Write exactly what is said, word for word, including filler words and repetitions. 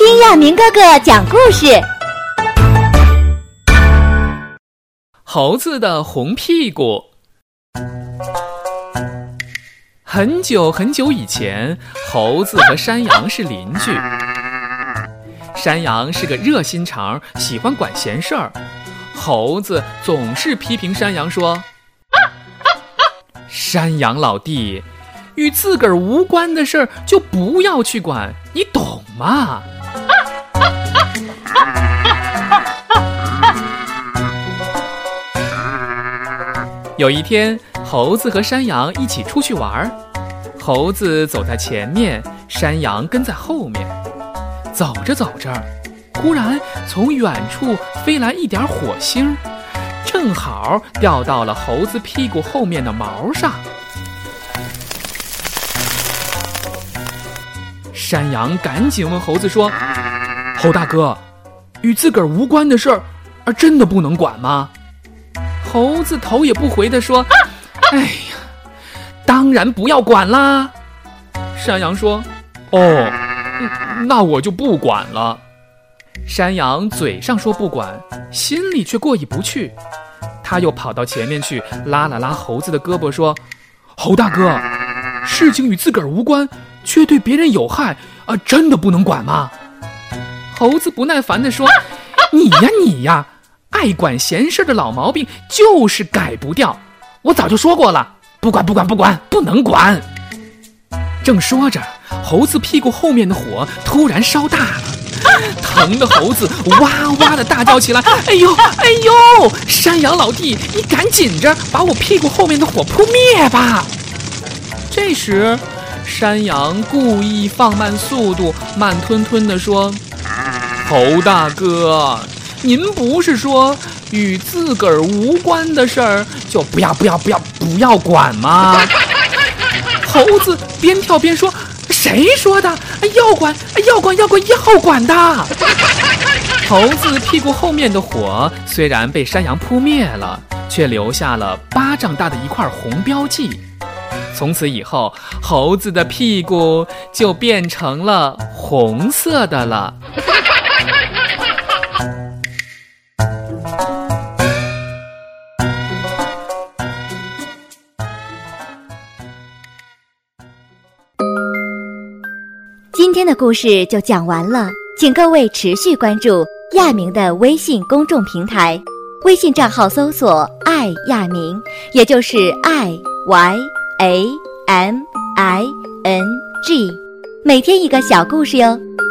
听亚明哥哥讲故事。 猴子的红屁股。很久很久以前，猴子和山羊是邻居。山羊是个热心肠，喜欢管闲事儿。猴子总是批评山羊说：山羊老弟，与自个儿无关的事儿就不要去管，你懂吗？有一天，猴子和山羊一起出去玩，猴子走在前面，山羊跟在后面。走着走着，忽然从远处飞来一点火星，正好掉到了猴子屁股后面的毛上。山羊赶紧问猴子说：猴大哥，与自个儿无关的事儿，而真的不能管吗？猴子头也不回地说：哎呀，当然不要管啦。山羊说：哦，那我就不管了。山羊嘴上说不管，心里却过意不去。他又跑到前面去，拉了拉猴子的胳膊说：猴大哥，事情与自个儿无关，却对别人有害，啊，真的不能管吗？猴子不耐烦地说：你呀你呀，爱管闲事的老毛病就是改不掉，我早就说过了，不管不管不管，不能管。正说着，猴子屁股后面的火突然烧大了，疼的猴子哇哇的大叫起来：哎呦哎呦，山羊老弟，你赶紧着把我屁股后面的火扑灭吧。这时山羊故意放慢速度，慢吞吞地说：猴大哥，您不是说与自个儿无关的事儿就不要不要不要不要管吗？猴子边跳边说：谁说的？要管要管要管要管的。猴子屁股后面的火虽然被山羊扑灭了，却留下了巴掌大的一块红标记。从此以后，猴子的屁股就变成了红色的了。 今天的故事就讲完了，请各位持续关注亚明的微信公众平台，微信账号搜索爱亚明，也就是 I Y A M I N G， 每天一个小故事哟。